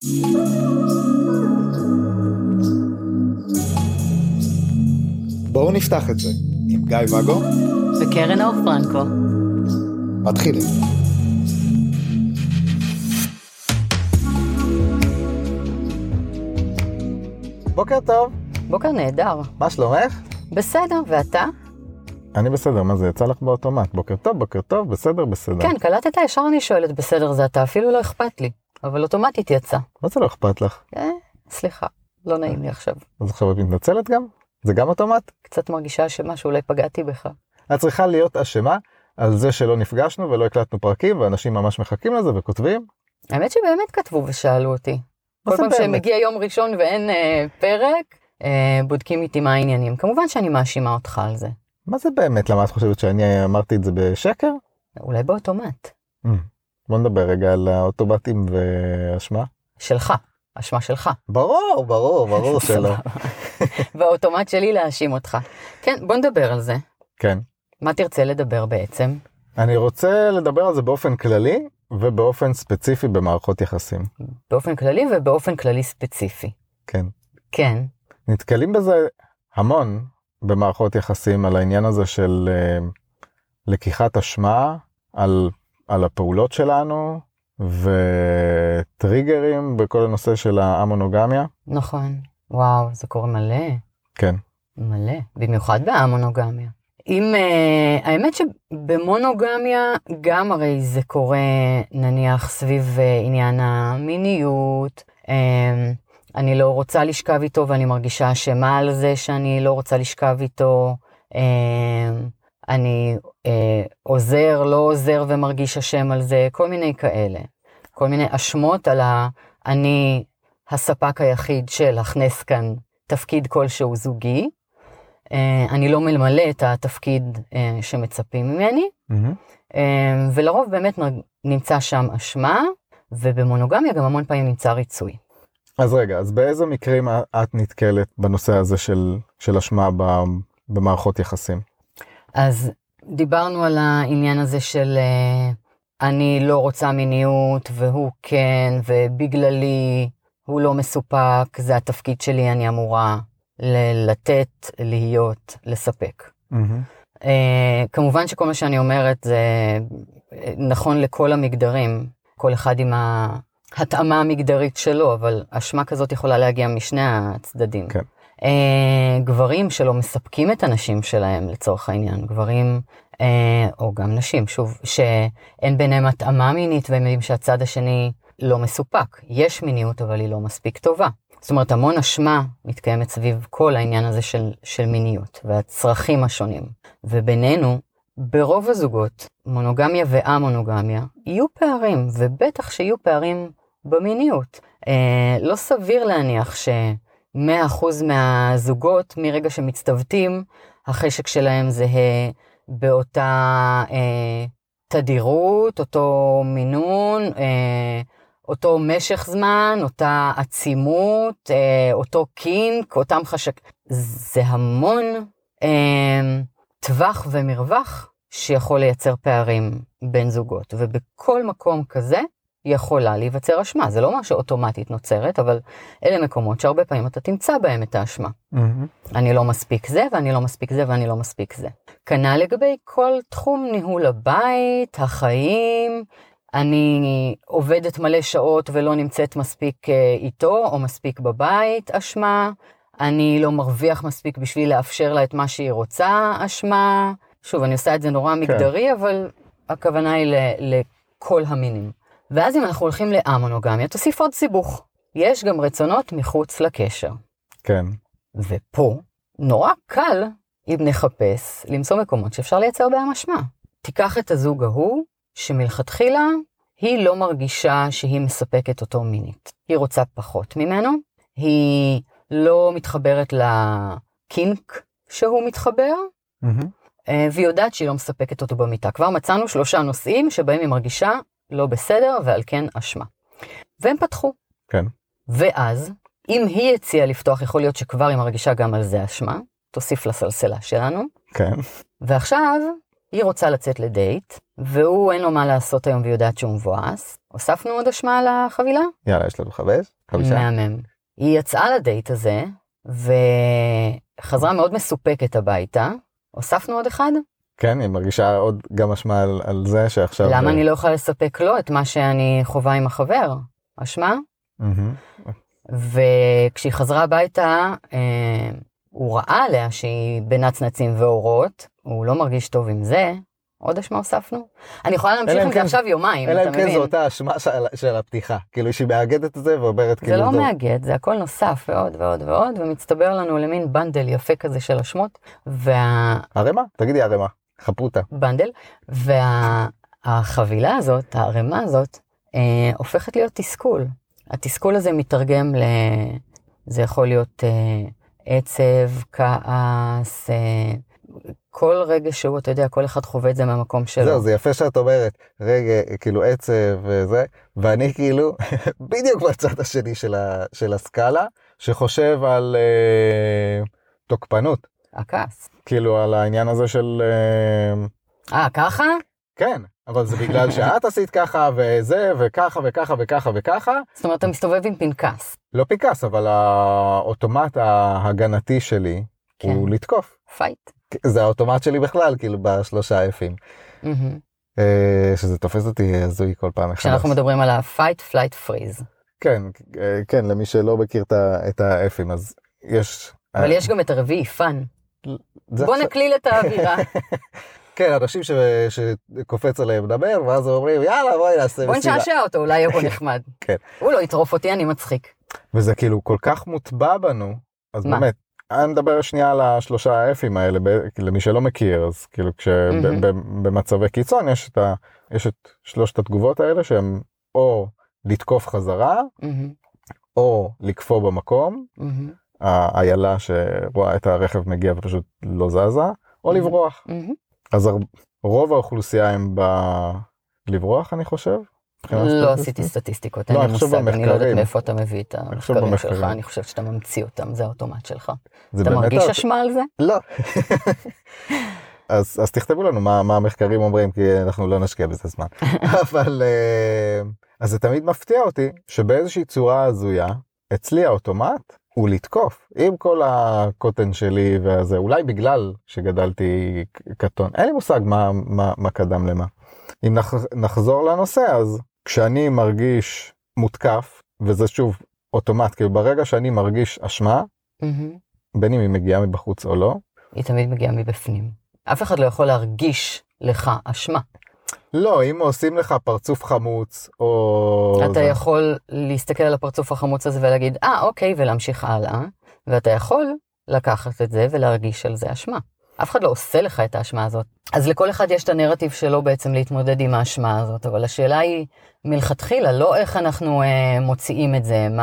בואו נפתח את זה עם גיא וגו וקרן אור פרנקו. מתחילים. בוקר טוב. בוקר נהדר. מה שלומך? בסדר, ואתה? אני בסדר, מה זה? יצא לך באוטומט. בוקר טוב, בסדר. כן, קלטת ישר אני שואלת בסדר זה אתה, אפילו לא אכפת לי, אבל אוטומטית יצא. מה זה לא אכפת לך? סליחה, לא נעים לי עכשיו. אז עכשיו את מתנצלת גם? זה גם אוטומט? קצת מרגישה אשמה שאולי פגעתי בך. את צריכה להיות אשמה על זה שלא נפגשנו ולא הקלטנו פרקים, ואנשים ממש מחכים לזה וכותבים. האמת שבאמת כתבו ושאלו אותי. כל פעם שמגיע יום ראשון ואין פרק, בודקים איתי מה העניינים. כמובן שאני מאשימה אותך על זה. מה זה באמת? למה את חושבת שאני אמרתי את זה בשקר? אולי באוטומט. בוא נדבר רגע על האוטומטים ואשמה. שלך, אשמה שלך. ברור שלא. והאוטומט שלי להאשים אותך. כן, בוא נדבר על זה. כן. מה תרצה לדבר בעצם? אני רוצה לדבר על זה באופן כללי ובאופן ספציפי במערכות יחסים. באופן כללי ובאופן כללי ספציפי. כן. כן. נתקלים בזה המון במערכות יחסים על העניין הזה של לקיחת אשמה על הפעולות שלנו וטריגרים בכל הנושא של המונוגמיה. נכון. וואו, זה קורה מלא. כן. מלא. במיוחד במונוגמיה. האמת שבמונוגמיה גם הרי זה קורה נניח סביב עניין המיניות. אני לא רוצה לשכב איתו ואני מרגישה אשמה על זה שאני לא רוצה לשכב איתו. אני עוזר, לא עוזר ומרגיש אשם על זה. כל מיני כאלה. כל מיני אשמות על אני הספק היחיד של הכנס כאן תפקיד כלשהו זוגי. אני לא ממלא את התפקיד שמצפים ממני. ולרוב באמת נמצא שם אשמה, ובמונוגמיה גם המון פעמים נמצא ריצוי. אז רגע, אז באיזה מקרים את נתקלת בנושא הזה של אשמה במערכות יחסים? אז דיברנו על העניין הזה של אני לא רוצה מיניות והוא כן, ובגללי הוא לא מסופק, זה התפקיד שלי, אני אמורה לתת, להיות, לספק. כמובן שכל מה שאני אומרת זה נכון לכל המגדרים, כל אחד עם ההתאמה המגדרית שלו, אבל אשמה כזאת יכולה להגיע משני הצדדים. כן. גברים שלא מספקים את הנשים שלהם לצורך העניין, גברים או גם נשים, שוב, שאין ביניהם התאמה מינית והם יודעים שהצד השני לא מסופק. יש מיניות אבל היא לא מספיק טובה. זאת אומרת, המון אשמה מתקיימת סביב כל העניין הזה של מיניות והצרכים השונים. ובינינו, ברוב הזוגות, מונוגמיה ואמונוגמיה, יהיו פערים, ובטח שיהיו פערים במיניות. לא סביר להניח ש100% מהזוגות, מרגע שמצטוותים, החשק שלהם זהה באותה תדירות, אותו מינון, אותו משך זמן, אותה עצימות, אותו קינק, אותם חשק. זה המון טווח ומרווח שיכול לייצר פערים בין זוגות. ובכל מקום כזה יכולה להיווצר אשמה. זה לא משהו אוטומטית נוצרת, אבל אלה מקומות שהרבה פעמים אתה תמצא בהם את האשמה. אני לא מספיק זה, ואני לא מספיק זה, ואני לא מספיק זה. כנ"ל לגבי כל תחום ניהול הבית, החיים, אני עובדת מלא שעות ולא נמצאת מספיק איתו או מספיק בבית, אשמה. אני לא מרוויח מספיק בשביל לאפשר לה את מה שהיא רוצה, אשמה. שוב, אני עושה את זה נורא מגדרי, אבל הכוונה היא לכל המינים. ואז אם אנחנו הולכים לאמונוגמיה, תוסיף עוד סיבוך. יש גם רצונות מחוץ לקשר. כן. ופה נורא קל, אם נחפש, למצוא מקומות שאפשר לייצר בהם אשמה. תיקח את הזוג ההוא, שמלכתחילה היא לא מרגישה שהיא מספקת אותו מינית. היא רוצה פחות ממנו, היא לא מתחברת לקינק שהוא מתחבר, והיא יודעת שהיא לא מספקת אותו במיטה. כבר מצאנו 3 נושאים שבהם היא מרגישה לא בסדר ועל כן אשמה. והם פתחו. כן. ואז, אם היא הציעה לפתוח, יכול להיות שכבר היא מרגישה גם על זה אשמה, תוסיף לסלסלה שלנו. כן. ועכשיו, היא רוצה לצאת לדייט, והוא אין לו מה לעשות היום ויודעת שהוא מבואס, הוספנו עוד אשמה על החבילה? יאללה, יש לנו 5. מהמם. היא יצאה לדייט הזה, וחזרה מאוד מסופקת הביתה. הוספנו עוד אחד? כן, היא מרגישה עוד גם אשמה על זה שעכשיו... למה אני לא יכולה לספק לו את מה שאני חובה עם החבר? אשמה? וכשהיא חזרה הביתה, הוא ראה עליה שהיא בנצנצים ואורות, הוא לא מרגיש טוב עם זה, עוד אשמה הוספנו. אני יכולה להמשיך עם זה עכשיו יומיים, אתה מבין? אלא אם כן זו אותה אשמה של הפתיחה, כאילו שהיא מאגדת את זה ועוברת כאילו... זה לא מאגד, זה הכל נוסף ועוד ועוד ועוד, ומצטבר לנו למין בנדל יפה כזה של אשמות, הרמה? תגידי הרמה, חפרותה. בנדל, והחבילה הזאת, הרמה הזאת, הופכת להיות תסכול. התסכול הזה מתרגם זה יכול להיות עצב, כעס, כל רגע שהוא, אתה יודע, כל אחד חווה את זה מהמקום שלו. זהו, זה יפה שאת אומרת, רגע, כאילו עצב וזה, ואני כאילו, בדיוק בצד השני של הסקאלה, שחושב על תוקפנות. הכעס. כאילו על העניין הזה של... ככה? כן, אבל זה בגלל שאת עשית ככה וזה, וככה וככה וככה וככה. זאת אומרת, אתה מסתובב עם פנקס. לא פנקס, אבל האוטומט ההגנתי שלי הוא לתקוף. פייט. זה האוטומט שלי בכלל, כאילו בשלושה F'ים. שזה תופס אותי הזוי כל פעם. כשאנחנו מדברים על ה-fight, flight, freeze. כן, כן, למי שלא מכיר את ה-F'ים, אז יש... אבל יש גם את הרביעי, פן. בוא נקליל את האווירה. כן, אנשים שקופץ עליהם לדבר, ואז אומרים, יאללה, בואי נעשה בוא נשעשע אותו, אולי יבוא נחמד. כן. הוא לא יטרוף אותי, אני מצחיק. וזה כאילו כל כך מוטבע בנו, אז באמת, אני מדבר שנייה על השלושה F'ים האלה, למי שלא מכיר, אז כאילו כשבמצבי קיצון יש את שלושת התגובות האלה, שהן או לתקוף חזרה, או לקפוא במקום, האיילה שרואה את הרכב מגיע ופשוט לא זזה, או לברוח. אז רוב האוכלוסייה הם לברוח, אני חושב. לא עשיתי סטטיסטיקות, אין לי מושג, אני לא יודעת מאיפה אתה מביא את המחקרים שלך, אני חושבת שאתה ממציא אותם, זה האוטומט שלך. אתה מרגיש אשמה על זה? לא. אז תכתבו לנו מה המחקרים אומרים, כי אנחנו לא נשקיע בזה זמן. אבל, אז זה תמיד מפתיע אותי, שבאיזושהי צורה הזויה, אצלי האוטומט הוא לתקוף, עם כל הקוטן שלי וזה, אולי בגלל שגדלתי קטון, אין לי מושג מה קדם למה. אם נחזור לנושא, אז כשאני מרגיש מותקף, וזה שוב אוטומט, כי ברגע שאני מרגיש אשמה, בין אם היא מגיעה מבחוץ או לא, היא תמיד מגיעה מבפנים. אף אחד לא יכול להרגיש לך אשמה. לא, אם עושים לך פרצוף חמוץ, או... אתה יכול להסתכל על הפרצוף החמוץ הזה ולהגיד, אוקיי, ולהמשיך הלאה, ואתה יכול לקחת את זה ולהרגיש על זה אשמה. אף אחד לא עושה לך את האשמה הזאת. אז לכל אחד יש את הנרטיב שלו בעצם להתמודד עם האשמה הזאת, אבל השאלה היא מלכתחילה, לא איך אנחנו מוציאים את זה,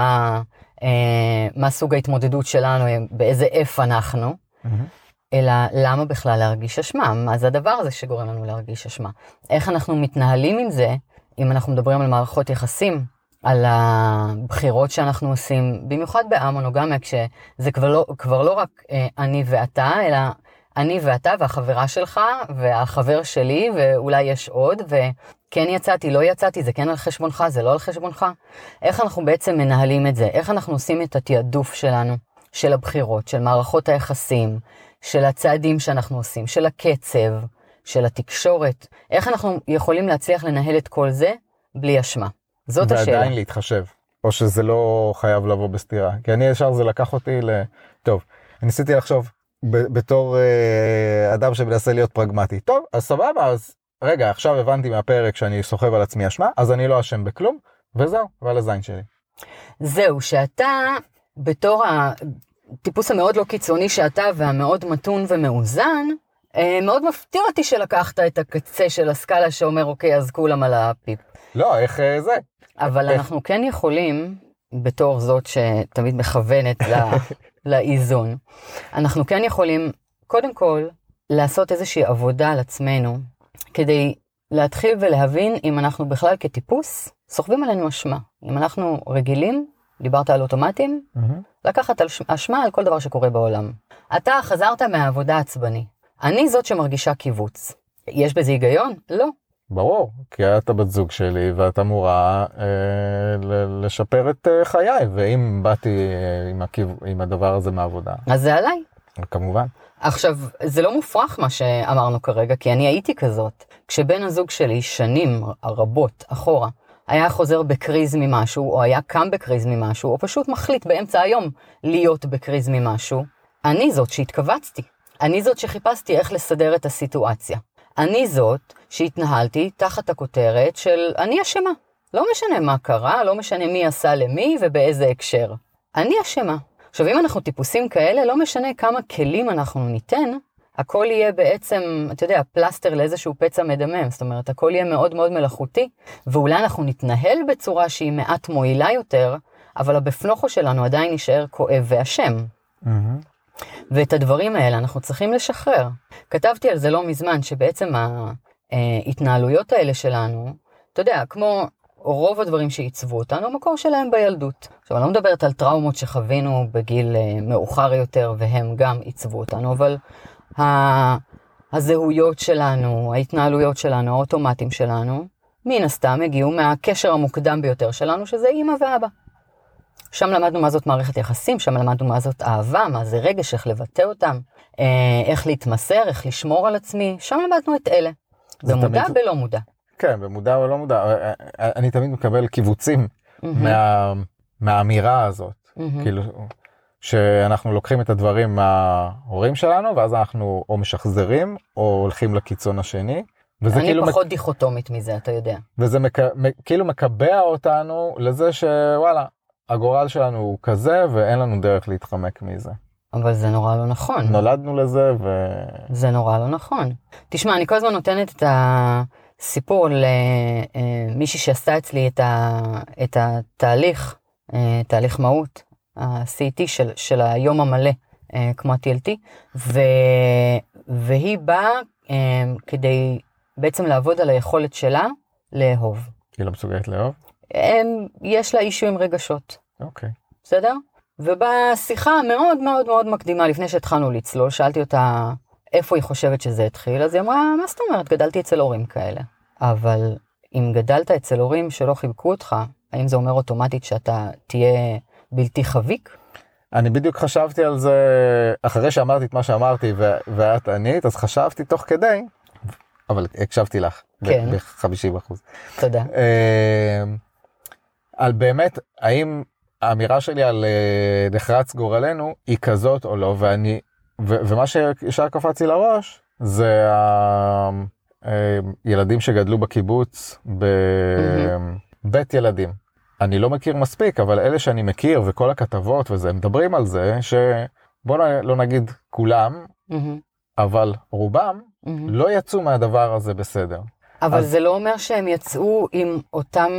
מה סוג ההתמודדות שלנו, באיזה F אנחנו, אלא למה בכלל להרגיש אשמה? מה זה הדבר הזה שגורם לנו להרגיש אשמה? איך אנחנו מתנהלים עם זה, אם אנחנו מדברים על מערכות יחסים, על הבחירות שאנחנו עושים, במיוחד במונוגמיה, כשזה כבר לא רק אני ואתה, אלא אני ואתה והחברה שלך, והחבר שלי, ואולי יש עוד, וכן יצאתי, לא יצאתי, זה כן על חשבונך, זה לא על חשבונך. איך אנחנו בעצם מנהלים את זה? איך אנחנו עושים את התיעדוף שלנו, של הבחירות, של מערכות היחסים, של הצעדים שאנחנו עושים, של הקצב, של התקשורת, איך אנחנו יכולים להצליח לנהל את כל זה בלי אשמה? זאת השאלה. ועדיין להתחשב, או שזה לא חייב לבוא בסתירה. כי אני ישר זה לקח אותי טוב, אני ניסיתי לחשוב בתור אדם שמנסה להיות פרגמטי. טוב, אז סבבה, אז רגע, עכשיו הבנתי מהפרק שאני סוחב על עצמי אשמה, אז אני לא אשם בכלום, וזהו, ועל הזין שלי. זהו, שאתה בתור טיפוס המאוד לא קיצוני שאתה והמאוד מתון ומאוזן, מאוד מפתיע אותי שלקחת את הקצה של הסקאלה שאומר, אוקיי, אז כולם על הפיפ. לא, איך זה? אבל אנחנו כן יכולים, בתור זאת שתמיד מכוונת לאיזון, אנחנו כן יכולים, קודם כל, לעשות איזושהי עבודה על עצמנו, כדי להתחיל ולהבין אם אנחנו בכלל כטיפוס, סוחבים עלינו אשמה. אם אנחנו רגילים, דיברת על אוטומטים, לקחת אשמה על כל דבר שקורה בעולם. אתה חזרת מהעבודה עצבני. אני זאת שמרגישה קיבוץ. יש בזה היגיון? לא. ברור, כי את הבת זוג שלי ואת אמורה לשפר את חיי, ואם באתי עם הדבר הזה מהעבודה. אז זה עליי. כמובן. עכשיו, זה לא מופרך מה שאמרנו כרגע, כי אני הייתי כזאת. כשבן הזוג שלי שנים רבות אחורה, היה חוזר בקריז ממשהו, או היה קם בקריז ממשהו, או פשוט מחליט באמצע היום להיות בקריז ממשהו, אני זאת שהתכווצתי. אני זאת שחיפשתי איך לסדר את הסיטואציה. אני זאת שהתנהלתי תחת הכותרת של אני אשמה. לא משנה מה קרה, לא משנה מי עשה למי ובאיזה הקשר. אני אשמה. עכשיו, אם אנחנו טיפוסים כאלה, לא משנה כמה כלים אנחנו ניתן, הכל יהיה בעצם, אתה יודע, פלסטר לאיזשהו פצע מדמם. זאת אומרת, הכל יהיה מאוד מאוד מלאכותי, ואולי אנחנו נתנהל בצורה שהיא מעט מועילה יותר, אבל הבפנוכו שלנו עדיין יישאר כואב ואשם. ואת הדברים האלה אנחנו צריכים לשחרר. כתבתי על זה לא מזמן, שבעצם ההתנהלויות האלה שלנו, אתה יודע, כמו רוב הדברים שעיצבו אותנו, המקור שלהם בילדות. עכשיו, אני לא מדברת על טראומות שחווינו בגיל מאוחר יותר, והם גם עיצבו אותנו, אבל הזהויות שלנו, ההתנהלויות שלנו, האוטומטים שלנו, מן הסתם הגיעו מהקשר המוקדם ביותר שלנו, שזה אמא ואבא. שם למדנו מה זאת מערכת יחסים, שם למדנו מה זאת אהבה, מה זה רגש, איך לבטא אותם, איך להתמסר, איך לשמור על עצמי, שם למדנו את אלה. במודע ולא מודע. כן, במודע ולא מודע. אני תמיד מקבל קיבוצים מהאמירה הזאת. כאילו, שאנחנו לוקחים את הדברים מההורים שלנו, ואז אנחנו או משחזרים, או הולכים לקיצון השני. אני פחות דיכוטומית מזה, אתה יודע. וזה כאילו מקבע אותנו לזה שוואלה, הגורל שלנו הוא כזה, ואין לנו דרך להתחמק מזה. אבל זה נורא לא נכון. נולדנו לזה זה נורא לא נכון. תשמע, אני כל הזמן נותנת את הסיפור למישהי שעשתה אצלי את התהליך, תהליך מהות, ה-CT של היום המלא, כמו ה-TLT, והיא באה כדי בעצם לעבוד על היכולת שלה לאהוב. היא לא מסוגלת לאהוב? יש לה אישו עם רגשות. אוקיי. בסדר? ובשיחה מאוד מאוד מאוד מקדימה, לפני שהתחלנו לצלול, שאלתי אותה איפה היא חושבת שזה התחיל, אז היא אמרה, מה זאת אומרת? גדלתי אצל הורים כאלה. אבל אם גדלת אצל הורים שלא חיבקו אותך, האם זה אומר אוטומטית שאתה תהיה בלתי חביק? אני בדיוק חשבתי על זה, אחרי שאמרתי את מה שאמרתי ואת ענית, אז חשבתי תוך כדי, אבל הקשבתי לך, כן. ב-50%. תודה. על באמת, האם האמירה שלי על נחרץ גורלנו היא כזאת או לא, ומה שישר קפץ לי לראש, זה הילדים שגדלו בקיבוץ בבית ילדים. אני לא מכיר מספיק, אבל אלה שאני מכיר וכל הכתבות וזה, מדברים על זה שבוא לא נגיד כולם, אבל רובם לא יצאו מהדבר הזה בסדר. אבל זה לא אומר שהם יצאו עם אותם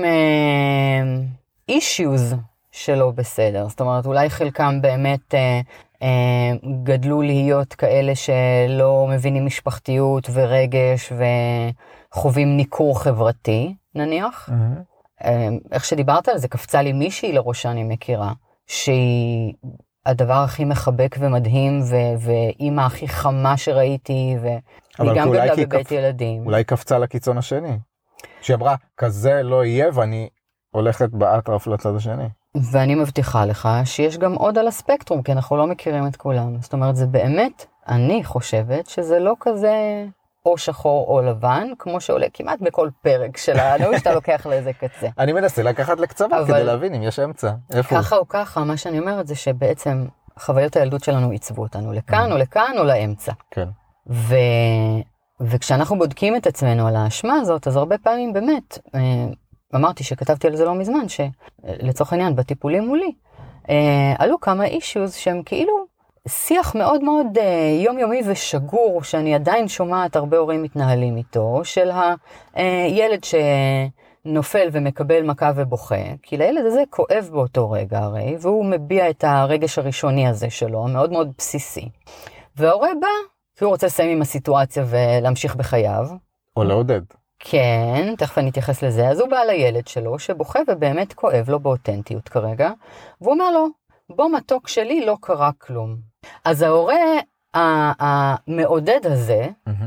issues שלא בסדר. זאת אומרת, אולי חלקם באמת גדלו להיות כאלה שלא מבינים משפחתיות ורגש וחווים ניכור חברתי, נניח. איך שדיברת על זה, קפצה לי מישהי לראשה אני מכירה, שהיא הדבר הכי מחבק ומדהים, ואימא הכי חמה שראיתי, והיא גם גדלה בבית ילדים. אולי קפצה לקיצון השני. שהיא אמרה, כזה לא יהיה, ואני הולכת באטרף לצד השני. ואני מבטיחה לך שיש גם עוד על הספקטרום, כי אנחנו לא מכירים את כולם. זאת אומרת, זה באמת, אני חושבת שזה לא כזה או שחור או לבן, כמו שעולה כמעט בכל פרק שלנו, שאתה לוקח לאיזה קצה. אני מנסה לקחת לקצוות כדי להבין אם יש אמצע. ככה או ככה, מה שאני אומרת זה שבעצם חוויות הילדות שלנו עיצבו אותנו לכאן או לכאן או לאמצע. כן. וכשאנחנו בודקים את עצמנו על האשמה הזאת, אז הרבה פעמים באמת, אמרתי שכתבתי על זה לא מזמן, שלצורך העניין בטיפולים מולי, עלו כמה אישיוז שהם כאילו שיח מאוד מאוד יומיומי ושגור, שאני עדיין שומעת הרבה הורים מתנהלים איתו, של הילד שנופל ומקבל מכה ובוכה, כי לילד הזה כואב באותו רגע הרי, והוא מביע את הרגש הראשוני הזה שלו, מאוד מאוד בסיסי. וההורה בא, כי הוא רוצה לסיים עם הסיטואציה ולהמשיך בחייו. או לעודד. כן, תכף אני אתייחס לזה. אז הוא בא לילד שלו, שבוכה ובאמת כואב לו באותנטיות כרגע, והוא אומר לו, בוא מתוק שלי לא קרה כלום. אז ההורה המעודד הזה,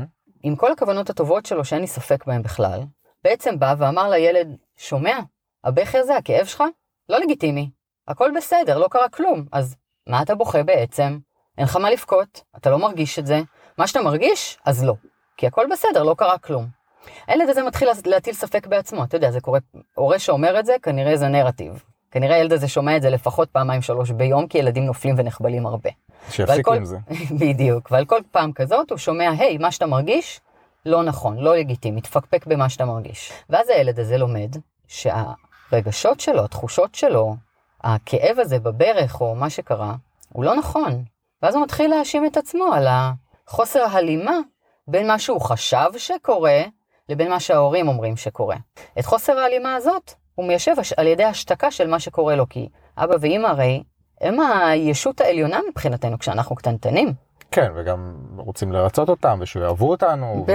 עם כל הכוונות הטובות שלו שאין לי ספק בהם בכלל, בעצם בא ואמר לילד, שומע, הבכי הזה, הכאב שלך, לא לגיטימי, הכל בסדר, לא קרה כלום, אז מה אתה בוכה בעצם? אין לך מה לבכות, אתה לא מרגיש את זה, מה שאתה מרגיש, אז לא, כי הכל בסדר, לא קרה כלום. הילד הזה מתחיל להטיל ספק בעצמו, אתה יודע, זה קורה, הורה שאומר את זה, כנראה זה נרטיב. כנראה הילד הזה שומע את זה לפחות 2-3 ביום, כי ילדים נופלים ונחבלים הרבה. שיפסיקו עם זה. בדיוק, ועל כל פעם כזאת הוא שומע, היי, מה שאתה מרגיש, לא נכון, לא לגיטימי, תפקפק במה שאתה מרגיש. ואז הילד הזה לומד שהרגשות שלו, התחושות שלו, הכאב הזה בברך או מה שקרה, הוא לא נכון. ואז הוא מתחיל להאשים את עצמו על החוסר הלימה בין מה שהוא חשב שקורה, לבין מה שההורים אומרים שקורה. את חוסר ההלימה הזאת הוא מיישב על ידי השתקה של מה שקורה לו, כי אבא ואמא הרי הם הישות העליונה מבחינתנו כשאנחנו קטנטנים. כן, וגם רוצים לרצות אותם ושאוהבו אותנו.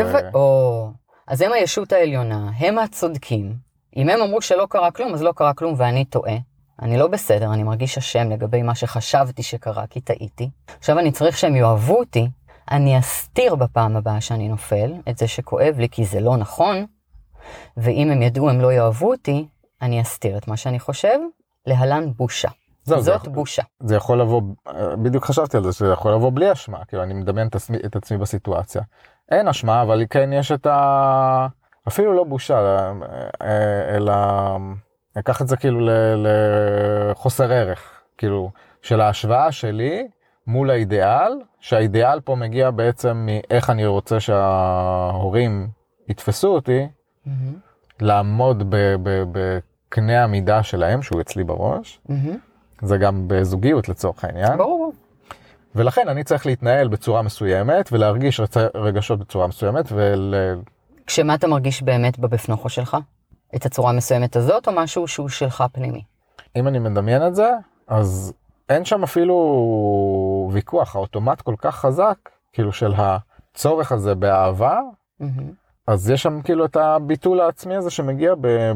אז הם הישות העליונה, הם הצודקים. אם הם אמרו שלא קרה כלום, אז לא קרה כלום ואני טועה. אני לא בסדר, אני מרגיש אשם לגבי מה שחשבתי שקרה, כי טעיתי. עכשיו אני צריך שהם יאהבו אותי, אני אסתיר בפעם הבאה שאני נופל את זה שכואב לי, כי זה לא נכון, ואם הם ידעו הם לא יאהבו אותי, אני אסתיר את מה שאני חושב, להלן בושה. זאת בושה. זה יכול לבוא, בדיוק חשבתי על זה, שזה יכול לבוא בלי אשמה, כאילו אני מדמיין את עצמי בסיטואציה. אין אשמה, אבל כן יש את אפילו לא בושה, אלא אקח את זה כאילו לחוסר ערך, כאילו של ההשוואה שלי מול האידיאל, שהאידיאל פה מגיע בעצם מאיך אני רוצה שההורים יתפסו אותי, לעמוד בקנה המידה שלהם, שהוא אצלי בראש, זה גם בזוגיות לצורך העניין. ברור. ולכן אני צריך להתנהל בצורה מסוימת, ולהרגיש רגשות בצורה מסוימת, כשמה אתה מרגיש באמת בבפנוכו שלך? את הצורה המסוימת הזאת, או משהו שהוא שלך פנימי? אם אני מדמיין את זה, אז אין שם אפילו ויכוח, האוטומט כל כך חזק, כאילו של הצורך הזה באהבה, אז יש שם כאילו את הביטול העצמי הזה שמגיע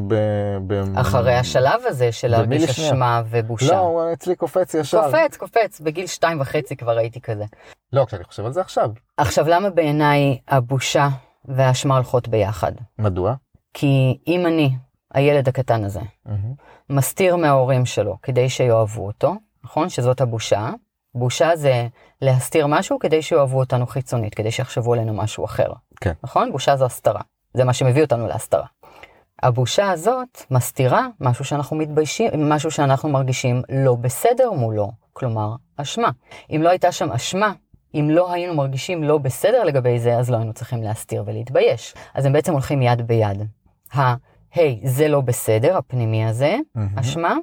אחרי השלב הזה של להרגיש אשמה ובושה. לא, אצלי קופץ ישר. קופץ, בגיל 2.5 כבר הייתי כזה. לא, כשאני חושב על זה עכשיו. עכשיו, למה בעיניי הבושה והאשמה הולכות ביחד? מדוע? כי אם אני, הילד הקטן הזה, מסתיר מההורים שלו כדי שיאהבו אותו, נכון? שזאת הבושה. בושה זה להסתיר משהו כדי שיאהבו אותנו חיצונית, כדי שיחשבו עלינו משהו אחר. כן. נכון? בושה זו הסתרה. זה מה שמביא אותנו להסתרה. הבושה הזאת מסתירה משהו שאנחנו מתביישים, משהו שאנחנו מרגישים לא בסדר מולו. כלומר, אשמה. אם לא הייתה שם אשמה, אם לא היינו מרגישים לא בסדר לגבי זה, אז לא היינו צריכים להסתיר ולהתבייש. אז הם בעצם הולכים יד ביד. היי, זה לא בסדר, הפנימי הזה, אשמה,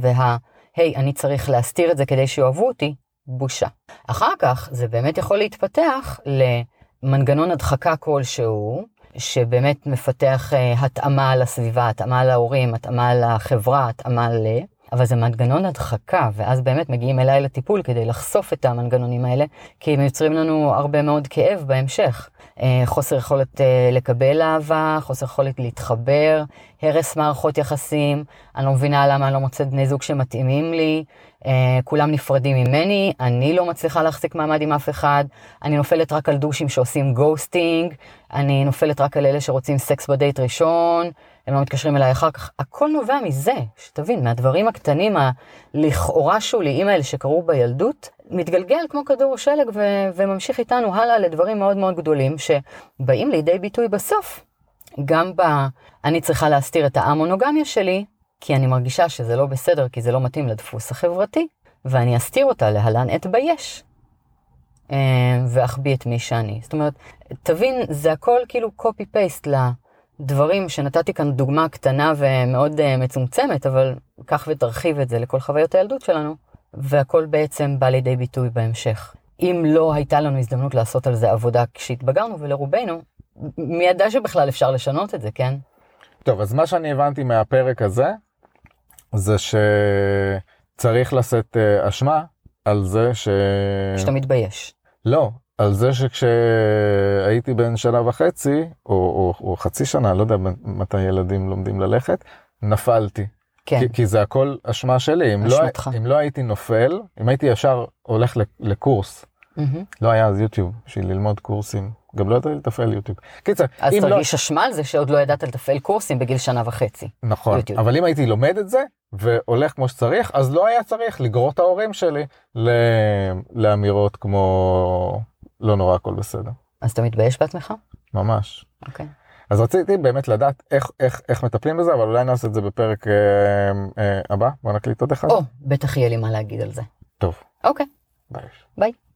היי, אני צריך להסתיר את זה כדי שיאהבו אותי, בושה. אחר כך זה באמת יכול להתפתח למנגנון הדחקה כלשהו, שבאמת מפתח התאמה לסביבה, התאמה להורים, התאמה לחברה, התאמה אבל זה מנגנון הדחקה, ואז באמת מגיעים אליי לטיפול כדי לחשוף את המנגנונים האלה, כי הם יוצרים לנו הרבה מאוד כאב בהמשך. חוסר יכולת לקבל אהבה, חוסר יכולת להתחבר, הרס מערכות יחסים, אני לא מבינה למה אני לא מוצאת בני זוג שמתאימים לי, כולם נפרדים ממני, אני לא מצליחה להחזיק מעמד עם אף אחד, אני נופלת רק על דושים שעושים גוסטינג, אני נופלת רק על אלה שרוצים סקס בדייט ראשון, הם לא מתקשרים אליי אחר כך, הכל נובע מזה, שתבין, מהדברים הקטנים, לכאורה שוליים האלה שקרו בילדות, מתגלגל כמו כדור שלג וממשיך איתנו הלאה לדברים מאוד מאוד גדולים, שבאים לידי ביטוי בסוף. גם אני צריכה להסתיר את המונוגמיה שלי, כי אני מרגישה שזה לא בסדר, כי זה לא מתאים לדפוס החברתי, ואני אסתיר אותה להלן אתבייש, ואחביא את מי שאני. זאת אומרת, תבין, זה הכל כאילו copy-paste לדברים שנתתי כאן דוגמה קטנה ומאוד מצומצמת, אבל כך ותרחיב את זה לכל חוויות הילדות שלנו, והכל בעצם בא לידי ביטוי בהמשך. אם לא הייתה לנו הזדמנות לעשות על זה עבודה כשהתבגרנו, ולרובנו, מי ידע שבכלל אפשר לשנות את זה, כן? טוב, אז מה שאני הבנתי מהפרק הזה, זה שצריך לשאת אשמה על זה שאתה מתבייש. לא, על זה שכשהייתי בן 1.5 שנה, או חצי שנה, לא יודע מתי ילדים לומדים ללכת, נפלתי. כן. כי זה הכל אשמה שלי. אם לא הייתי נופל, אם הייתי ישר הולך לקורס לא היה אז יוטיוב בשביל ללמוד קורסים. גם לא ידעתי לתפעל יוטיוב. קיצר, אז אם לא... תרגיש אשמה על זה שעוד לא ידעת לתפעל קורסים בגיל 1.5 שנה. נכון, יוטיוב. אבל אם הייתי לומד את זה, והולך כמו שצריך, אז לא היה צריך לגרור את ההורים שלי לאמירות כמו לא נורא, הכל בסדר. אז אתה מתבייש בעצמך? ממש. אוקיי. אז רציתי באמת לדעת איך מטפלים בזה, אבל אולי נעשה את זה בפרק הבא. בוא נקליט עוד אחד. בטח יהיה לי מה להגיד על זה. טוב. אוקיי. ביי. ביי.